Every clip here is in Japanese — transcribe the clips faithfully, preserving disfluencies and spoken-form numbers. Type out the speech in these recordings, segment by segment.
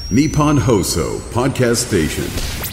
Nippon Hoso Podcast Station。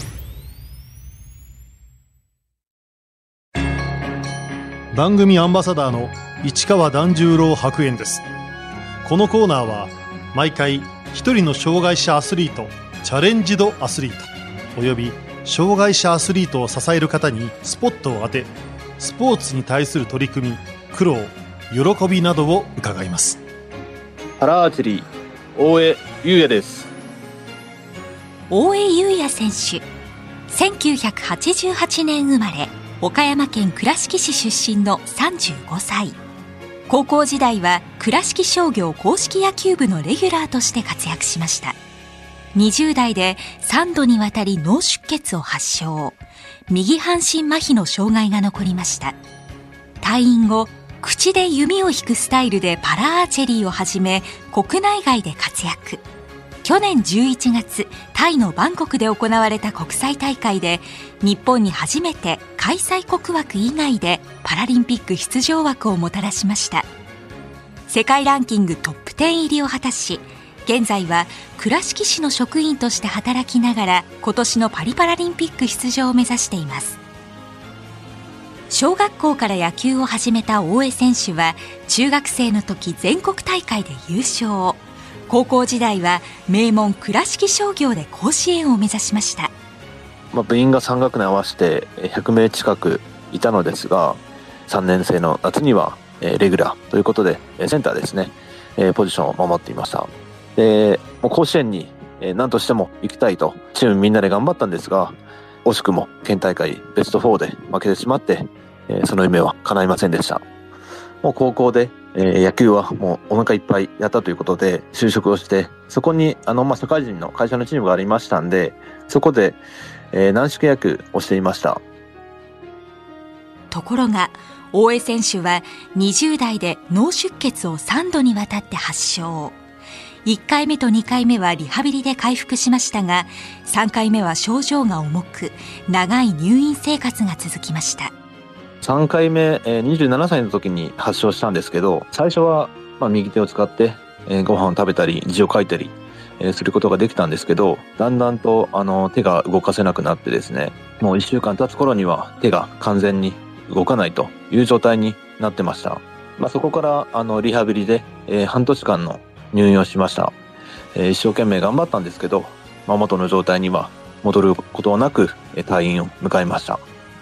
番組アンバサダーの市川團十郎白猿です。このコーナーは毎回一人の障害者アスリート、チャレンジドアスリートおよび障害者アスリートを支える方にスポットを当て、スポーツに対する取り組み、苦労、喜びなどを伺います。 パラアーチェリー大江裕也です。 大江裕也選手、せんきゅうひゃくはちじゅうはちねん生まれ、岡山県倉敷市出身のさんじゅうごさい。高校時代は倉敷商業硬式野球部のレギュラーとして活躍しました。にじゅう代でさんどにわたり脳出血を発症、右半身麻痺の障害が残りました。退院後、口で弓を引くスタイルでパラアーチェリーをはじめ国内外で活躍。去年じゅういちがつ、タイのバンコクで行われた国際大会で日本に初めて開催国枠以外でパラリンピック出場枠をもたらしました。世界ランキングトップじゅう入りを果たし、現在は倉敷市の職員として働きながら今年のパリパラリンピック出場を目指しています。小学校から野球を始めた大江選手は中学生の時全国大会で優勝。高校時代は名門倉敷商業で甲子園を目指しました。 まあ、部員がさん学年合わせてひゃくめい近くいたのですが、さんねん生の夏にはレギュラーということでセンターですね、ポジションを守っていました。で、甲子園に何としても行きたいとチームみんなで頑張ったんですが、惜しくも県大会ベストよんで負けてしまってその夢は叶いませんでした。もう高校で野球はもうお腹いっぱいやったということで就職をして、そこにあの、まあ、社会人の会社のチームがありましたんで、そこで、えー、軟式野球をしていました。 ところが大江選手はにじゅう代で脳出血をさんどにわたって発症。いっかいめとにかいめはリハビリで回復しましたが、さんかいめは症状が重く長い入院生活が続きました。 さんかいめ、えー、にじゅうななさいの時に発症したんですけど、最初は、まあ、右手を使って、えー、ご飯を食べたり字を書いたり、えー、することができたんですけど、だんだんとあの手が動かせなくなってですね、もういっしゅうかん経つ頃には手が完全に動かないという状態になってました。まあ、そこからあのリハビリで、えー、半年間の入院をしました。えー、一生懸命頑張ったんですけど、まあ、元の状態には戻ることはなく、えー、退院を迎えました。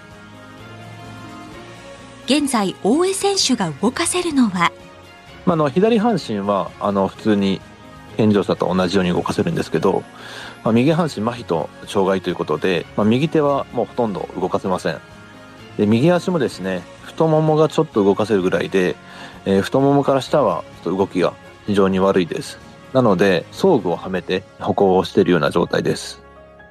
現在大江選手が動かせるのは、 まあ、あの左半身はあの普通に健常者と同じように動かせるんですけど、まあ、右半身麻痺と障害ということで、まあ、右手はもうほとんど動かせません。で、右足もですね、太ももがちょっと動かせるぐらいで、えー、太ももから下はちょっと動きが非常に悪いです。なので装具をはめて歩行をしているような状態です。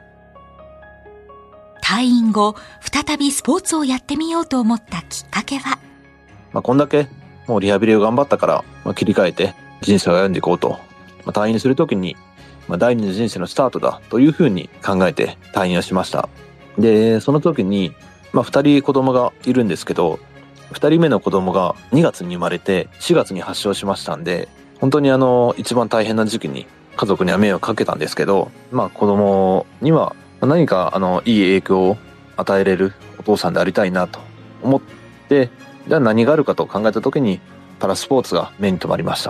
退院後再びスポーツをやってみようと思ったきっかけは、 まあ、こんだけもうリハビリを頑張ったから、まあ、切り替えて人生を歩んでいこうと、まあ、退院するときに、まあ、第二の人生のスタートだというふうに考えて退院をしました。で、その時に、まあ、ふたり子供がいるんですけど、ふたりめの子供がにがつに生まれてしがつに発症しましたんで、本当にあの一番大変な時期に家族には迷惑かけたんですけど、まあ子供には何かあのいい影響を与えれるお父さんでありたいなと思って、じゃあ何があるかと考えた時にパラスポーツが目に留まりました。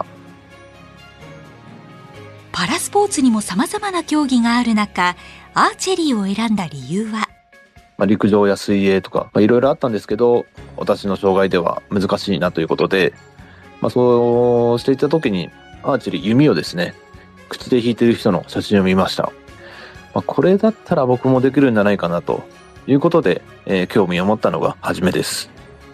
パラスポーツにも様々な競技がある中、アーチェリーを選んだ理由は、 まあ、陸上や水泳とかいろいろあったんですけど、私の障害では難しいなということで、まあ、そうしていた時にアーチェリー、弓をですね、口で弾いている人の写真を見ました。まあ、これだったら僕もできるんじゃないかなということで、えー、興味を持ったのが初めです。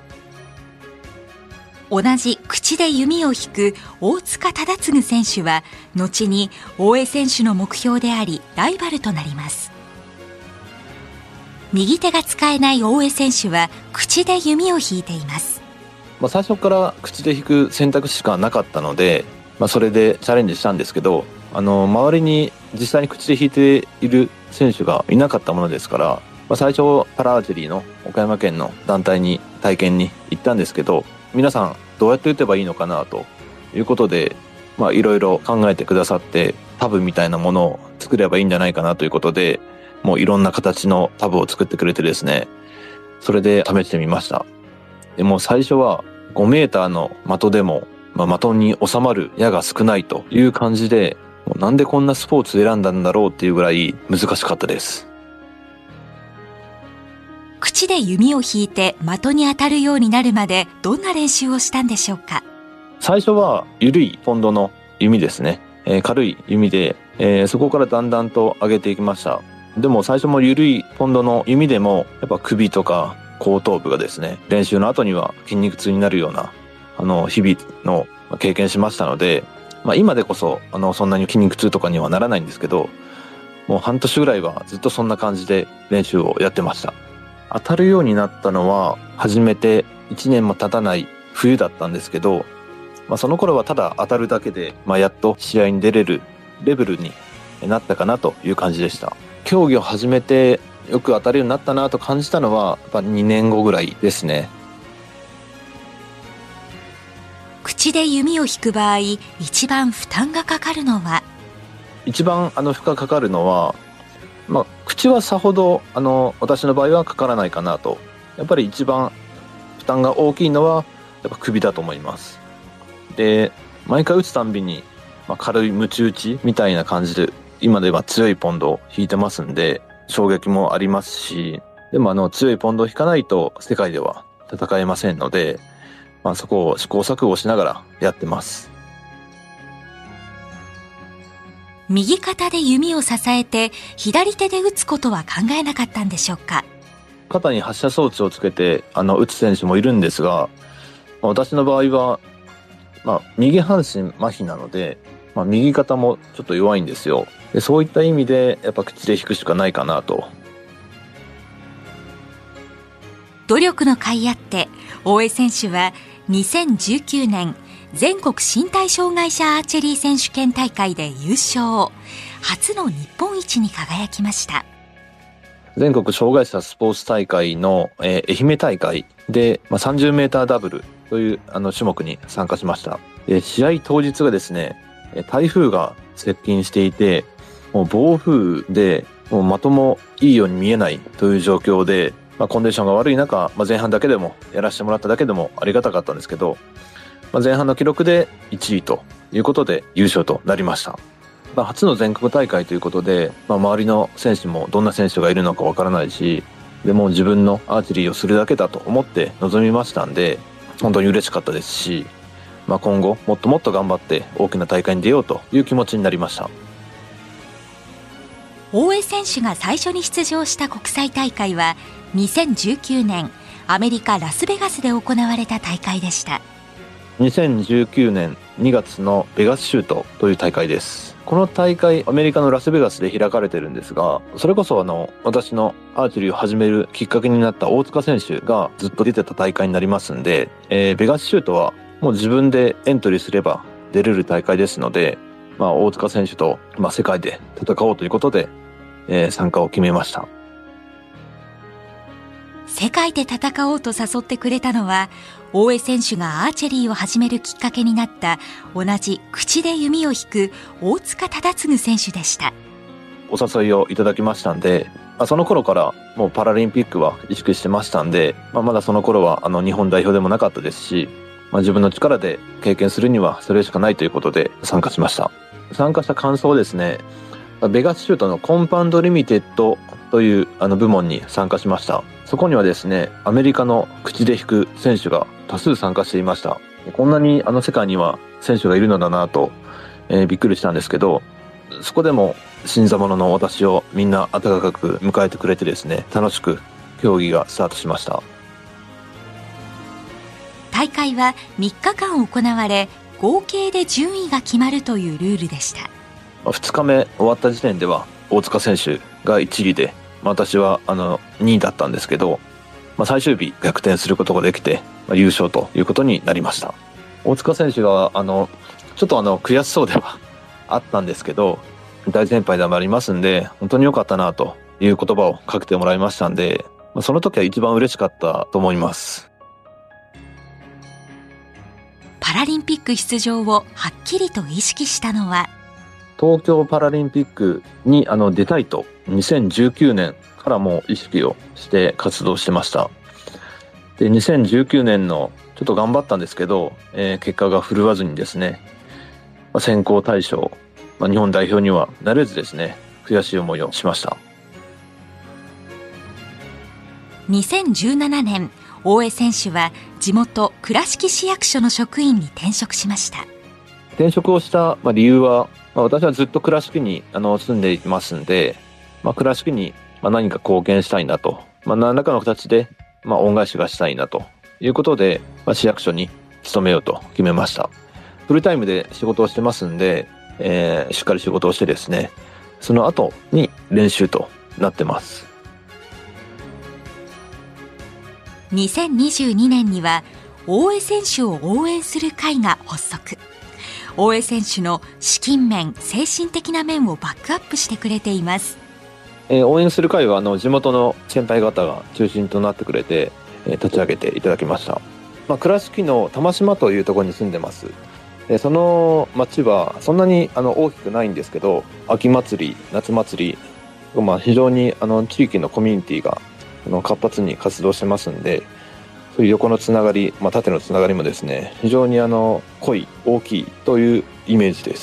同じ口で弓を引く大塚忠次選手は後に大江選手の目標でありライバルとなります。右手が使えない大江選手は口で弓を引いています。 まあ、最初から口で弾く選択肢しかなかったので、まあ、それでチャレンジしたんですけど、あの周りに実際に口で弾いている選手がいなかったものですから、まあ、最初パラアーチェリーの岡山県の団体に体験に行ったんですけど、皆さんどうやって打てばいいのかなということで、まあいろいろ考えてくださって、タブみたいなものを作ればいいんじゃないかなということで、もういろんな形のタブを作ってくれてですね、それで試してみました。でも最初はごメーターの的でも、まあ、的に収まる矢が少ないという感じで、なんでこんなスポーツ選んだんだろうっていうぐらい難しかったです。 口で弓を引いて的に当たるようになるまでどんな練習をしたんでしょうか？ 最初は緩いポンドの弓ですね。えー、軽い弓で、えー、そこからだんだんと上げていきました。でも最初も緩いポンドの弓でもやっぱ首とか後頭部がですね、練習の後には筋肉痛になるようなあの日々の経験しましたので、まあ、今でこそあのそんなに筋肉痛とかにはならないんですけど、もう半年ぐらいはずっとそんな感じで練習をやってました。当たるようになったのは初めていちねんも経たない冬だったんですけど、まあ、その頃はただ当たるだけで、まあ、やっと試合に出れるレベルになったかなという感じでした。競技を始めてよく当たるようになったなと感じたのはやっぱにねんごぐらいですね。 口で弓を引く場合、一番負担がかかるのは？ 一番あの負荷かかるのは、まあ、口はさほどあの私の場合はかからないかなと。やっぱり一番負担が大きいのはやっぱ首だと思います。で、毎回打つたんびに、まあ、軽いムチ打ちみたいな感じで今では強いポンドを引いてますんで、衝撃もありますし、でもあの強いポンドを引かないと世界では戦えませんので、まあ、そこを試行錯誤しながらやってます。 右肩で弓を支えて左手で打つことは考えなかったんでしょうか？ 肩に発射装置をつけてあの打つ選手もいるんですが、私の場合は、まあ、右半身麻痺なので、まあ、右肩もちょっと弱いんですよ。で、そういった意味でやっぱ口で引くしかないかなと。 努力の甲斐あって大江選手はにせんじゅうきゅうねん全国身体障害者アーチェリー選手権大会で優勝、初の日本一に輝きました。 全国障害者スポーツ大会の、えー、愛媛大会で、まあ、さんじゅうメーターダブルというあの種目に参加しました。で、試合当日がですね、台風が接近していて、もう暴風でもう的もいいように見えないという状況で、まあ、コンディションが悪い中、まあ、前半だけでもやらせてもらっただけでもありがたかったんですけど、まあ、前半の記録でいちいということで優勝となりました。まあ、初の全国大会ということで、まあ、周りの選手もどんな選手がいるのかわからないし、でも自分のアーチェリーをするだけだと思って臨みましたんで、本当に嬉しかったですし、まあ、今後もっともっと頑張って大きな大会に出ようという気持ちになりました。 大江選手が最初に出場した国際大会はにせんじゅうきゅうねんアメリカ・ラスベガスで行われた大会でした。 にせんじゅうきゅうねんにがつのベガスシュートという大会です。この大会アメリカのラスベガスで開かれてるんですが、それこそあの私のアーチェリーを始めるきっかけになった大塚選手がずっと出てた大会になりますんで、えー、ベガスシュートはもう自分でエントリーすれば出れる大会ですので、まあ、大塚選手と、まあ、世界で戦おうということで、えー、参加を決めました。 世界で戦おうと誘ってくれたのは、大江選手がアーチェリーを始めるきっかけになった同じ口で弓を引く大塚忠次選手でした。 お誘いをいただきましたんで、まあ、その頃からもうパラリンピックは意識してましたんで、まあ、まだその頃はあの日本代表でもなかったですし、まあ、自分の力で経験するにはそれしかないということで参加しました。参加した感想ですね、ベガスシュートのコンパウンドリミテッドというあの部門に参加しました。そこにはですね、アメリカの口で引く選手が多数参加していました。こんなにあの世界には選手がいるのだなと、えー、びっくりしたんですけど、そこでも新参者の私をみんな温かく迎えてくれてですね、楽しく競技がスタートしました。 大会はみっかかん行われ、合計で順位が決まるというルールでした。 ふつかめ終わった時点では大塚選手がいちいで、私はあのにいだったんですけど、まあ、最終日逆転することができて、まあ、優勝ということになりました。大塚選手があのちょっとあの悔しそうではあったんですけど、大先輩でもありますんで、本当に良かったなという言葉をかけてもらいましたんで、まあ、その時は一番嬉しかったと思います。 パラリンピック出場をはっきりと意識したのは、 東京パラリンピックにあの出たいとにせんじゅうきゅうねんからもう意識をして活動してました。で、にせんじゅうきゅうねんのちょっと頑張ったんですけど、えー、結果が振るわずにですね、まあ、選考対象、まあ、日本代表にはなれずですね、悔しい思いをしました。 にせんじゅうななねん、大江選手は地元倉敷市役所の職員に転職しました。 転職をした理由は、まあ、私はずっと倉敷にあの住んでいますんで、まあ、倉敷に何か貢献したいなと、まあ、何らかの形でまあ恩返しがしたいなということで、まあ、市役所に勤めようと決めました。フルタイムで仕事をしてますんで、えー、しっかり仕事をしてですね、その後に練習となってます。 にせんにじゅうにねんには大江選手を応援する会が発足。大江選手の資金面、精神的な面をバックアップしてくれています。 えー、応援する会はあの地元の先輩方が中心となってくれて、えー、立ち上げていただきました。まあ、倉敷の玉島というところに住んでます。でその町はそんなにあの大きくないんですけど、秋祭り、夏祭り、まあ、非常にあの地域のコミュニティがあの活発に活動してますんで、そういう横のつながり、まあ、縦のつながりもですね、非常にあの濃い、大きいというイメージです。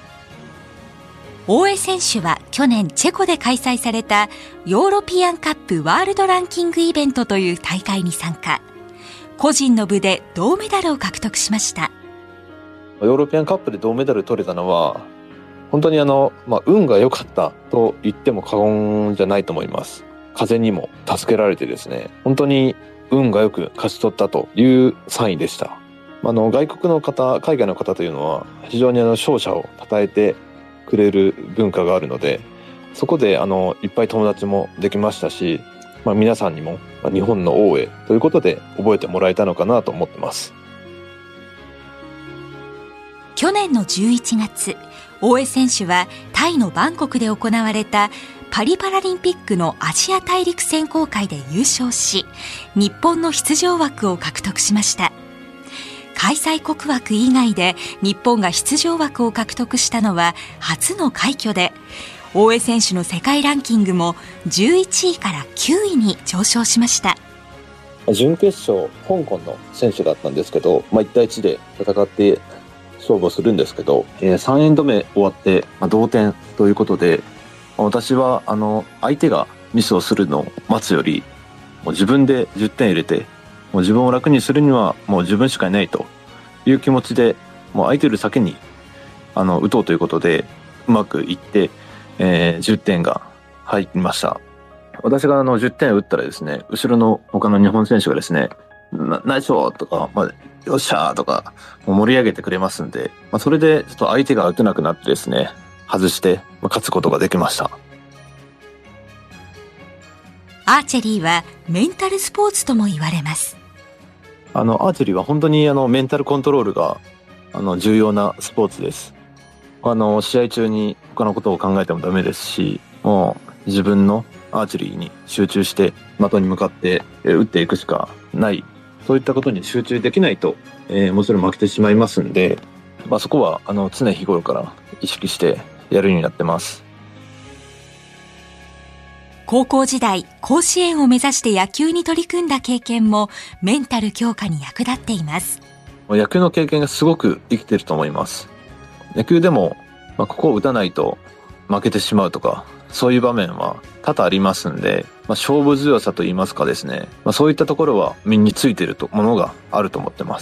大江選手は去年チェコで開催されたヨーロピアンカップワールドランキングイベントという大会に参加。個人の部で銅メダルを獲得しました。 ヨーロピアンカップで銅メダル取れたのは本当にあの、まあ、運が良かったと言っても過言じゃないと思います。風にも助けられてですね、本当に運がよく勝ち取ったというさんいでした。あの外国の方、海外の方というのは非常にあの勝者を称えてくれる文化があるので、そこであのいっぱい友達もできましたし、まあ、皆さんにも日本の大江ということで覚えてもらえたのかなと思ってます。 去年のじゅういちがつ、大江選手はタイのバンコクで行われたパリパラリンピックのアジア大陸選考会で優勝し、日本の出場枠を獲得しました。開催国枠以外で日本が出場枠を獲得したのは初の快挙で、大江選手の世界ランキングもじゅういちいからきゅういに上昇しました。 準決勝、香港の選手だったんですけど、まあ、いちたいいちで戦って勝負をするんですけど、えー、さんエンド目終わって、まあ、同点ということで、私はあの相手がミスをするのを待つより、もう自分でじゅってん入れて、もう自分を楽にするにはもう自分しかいないという気持ちで、もう相手より先にあの打とうということでうまくいって、えー、じゅってんが入りました。私があのじゅってん打ったらですね、後ろの他の日本選手がですね、なナイスとか、まあ、よっしゃーとかもう盛り上げてくれますんで、まあ、それでちょっと相手が打てなくなってですね、外して勝つことができました。 アーチェリーはメンタルスポーツとも言われます。 あのアーチェリーは本当にあのメンタルコントロールがあの重要なスポーツです。あの試合中に他のことを考えてもダメですし、もう自分のアーチェリーに集中して的に向かって打っていくしかない、そういったことに集中できないと、えー、もちろん負けてしまいますんで、まあ、そこはあの常日頃から意識してやるようになってます。 高校時代、甲子園を目指して野球に取り組んだ経験もメンタル強化に役立っています。 野球の経験がすごく生きてると思います。野球でも、まあ、ここを打たないと負けてしまうとか、そういう場面は多々ありますんで、まあ、勝負強さといいますかですね、まあ、そういったところは身についているものがあると思ってます。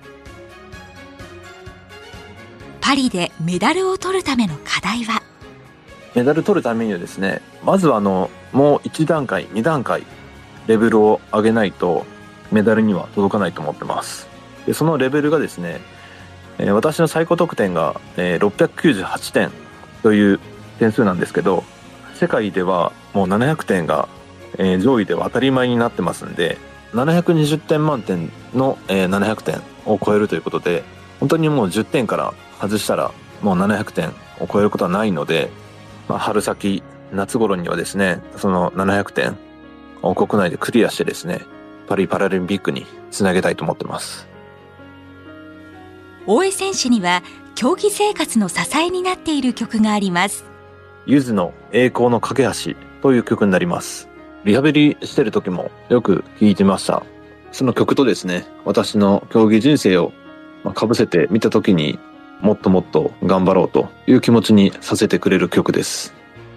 パリでメダルを取るための課題は？ メダル取るためにはですね、まずはあのもういち段階、に段階レベルを上げないとメダルには届かないと思ってます。でそのレベルがですね、えー、私の最高得点が、えー、ろっぴゃくきゅうじゅうはちてんという点数なんですけど、世界ではもうななひゃくてんが、えー、上位では当たり前になってますんで、ななひゃくにじゅってん満点の、えー、ななひゃくてんを超えるということで、本当にもうじゅってんから外したらもうななひゃくてんを超えることはないので、まあ、春先夏頃にはですね、そのななひゃくてんを国内でクリアしてですね、パリパラリンピックにつなげたいと思ってます。 大江選手には競技生活の支えになっている曲があります。 ゆずの栄光の架け橋という曲になります。リハビリしてる時もよく聴いてました。その曲とですね、私の競技人生を被せてみた時にもっともっと頑張ろうという気持ちにさせてくれる曲です。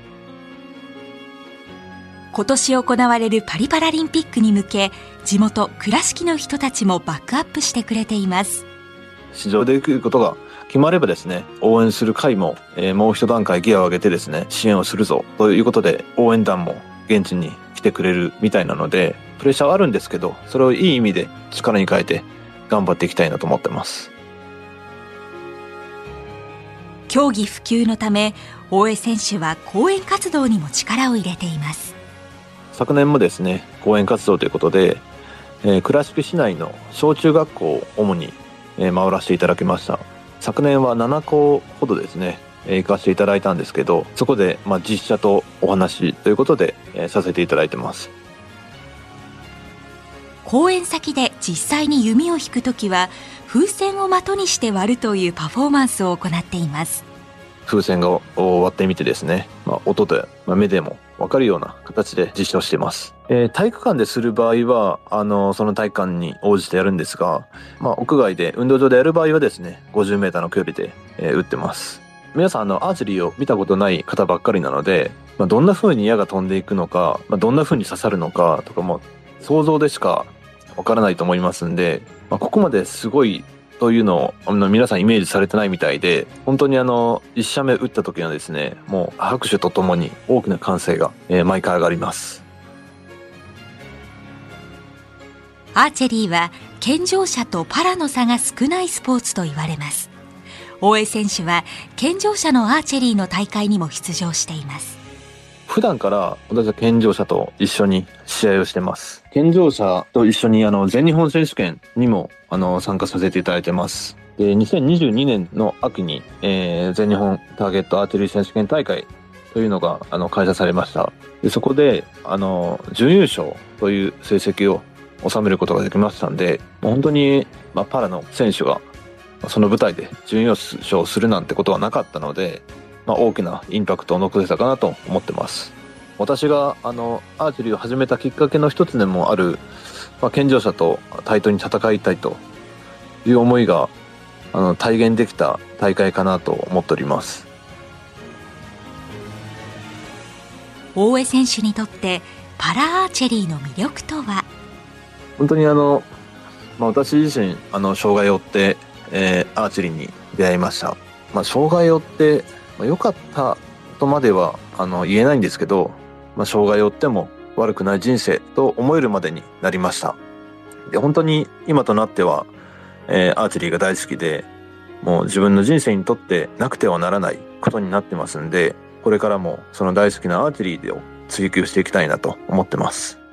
今年行われるパリパラリンピックに向け、地元倉敷の人たちもバックアップしてくれています。 出場できることが決まればですね、応援する会も、えー、もう一段階ギアを上げてですね、支援をするぞということで応援団も現地に来てくれるみたいなので、プレッシャーはあるんですけど、それをいい意味で力に変えて頑張っていきたいなと思ってます。 競技普及のため、大江選手は講演活動にも力を入れています。 昨年もですね、講演活動ということで、えー、倉敷市内の小中学校を主に、えー、回らせていただきました。昨年はななこほどですね、えー、行かせていただいたんですけど、そこで、まあ、実写とお話ということで、えー、させていただいてます。 講演先で実際に弓を引くときは、風船を的にして割るというパフォーマンスを行っています。 風船を割ってみてですね、まあ、音で、まあ、目でも分かるような形で実証しています。えー、体育館でする場合はあのその体育館に応じてやるんですが、まあ、屋外で運動場でやる場合はですね ごじゅうメーター の距離で、えー、打ってます。皆さんあのアーチェリーを見たことない方ばっかりなので、まあ、どんな風に矢が飛んでいくのか、まあ、どんな風に刺さるのかとかも想像でしか分からないと思いますんで、まあ、ここまですごいというのをあの皆さんイメージされてないみたいで、本当にあの一射目打った時はですね、もう拍手とともに大きな歓声が、えー、毎回上がります。 アーチェリーは健常者とパラの差が少ないスポーツと言われます。大江選手は健常者のアーチェリーの大会にも出場しています。 普段から私は健常者と一緒に試合をしてます。健常者と一緒にあの全日本選手権にもあの参加させていただいてます。で、にせんにじゅうにねんの秋に、えー、全日本ターゲットアーチェリー選手権大会というのがあの開催されました。で、そこであの準優勝という成績を収めることができましたんで、本当に、まあ、パラの選手がその舞台で準優勝するなんてことはなかったので、まあ、大きなインパクトを残せたかなと思ってます。私があのアーチェリーを始めたきっかけの一つでもある、まあ、健常者と対等に戦いたいという思いがあの体現できた大会かなと思っております。 大江選手にとってパラアーチェリーの魅力とは？ 本当にあの、まあ、私自身あの障害を負って、えー、アーチェリーに出会いました。まあ、障害を負ってまあ、良かったとまではあの言えないんですけど、まあ、障害を負っても悪くない人生と思えるまでになりました。で、本当に今となっては、えー、アーチェリーが大好きで、もう自分の人生にとってなくてはならないことになってますんで、これからもその大好きなアーチェリーを追求していきたいなと思ってます。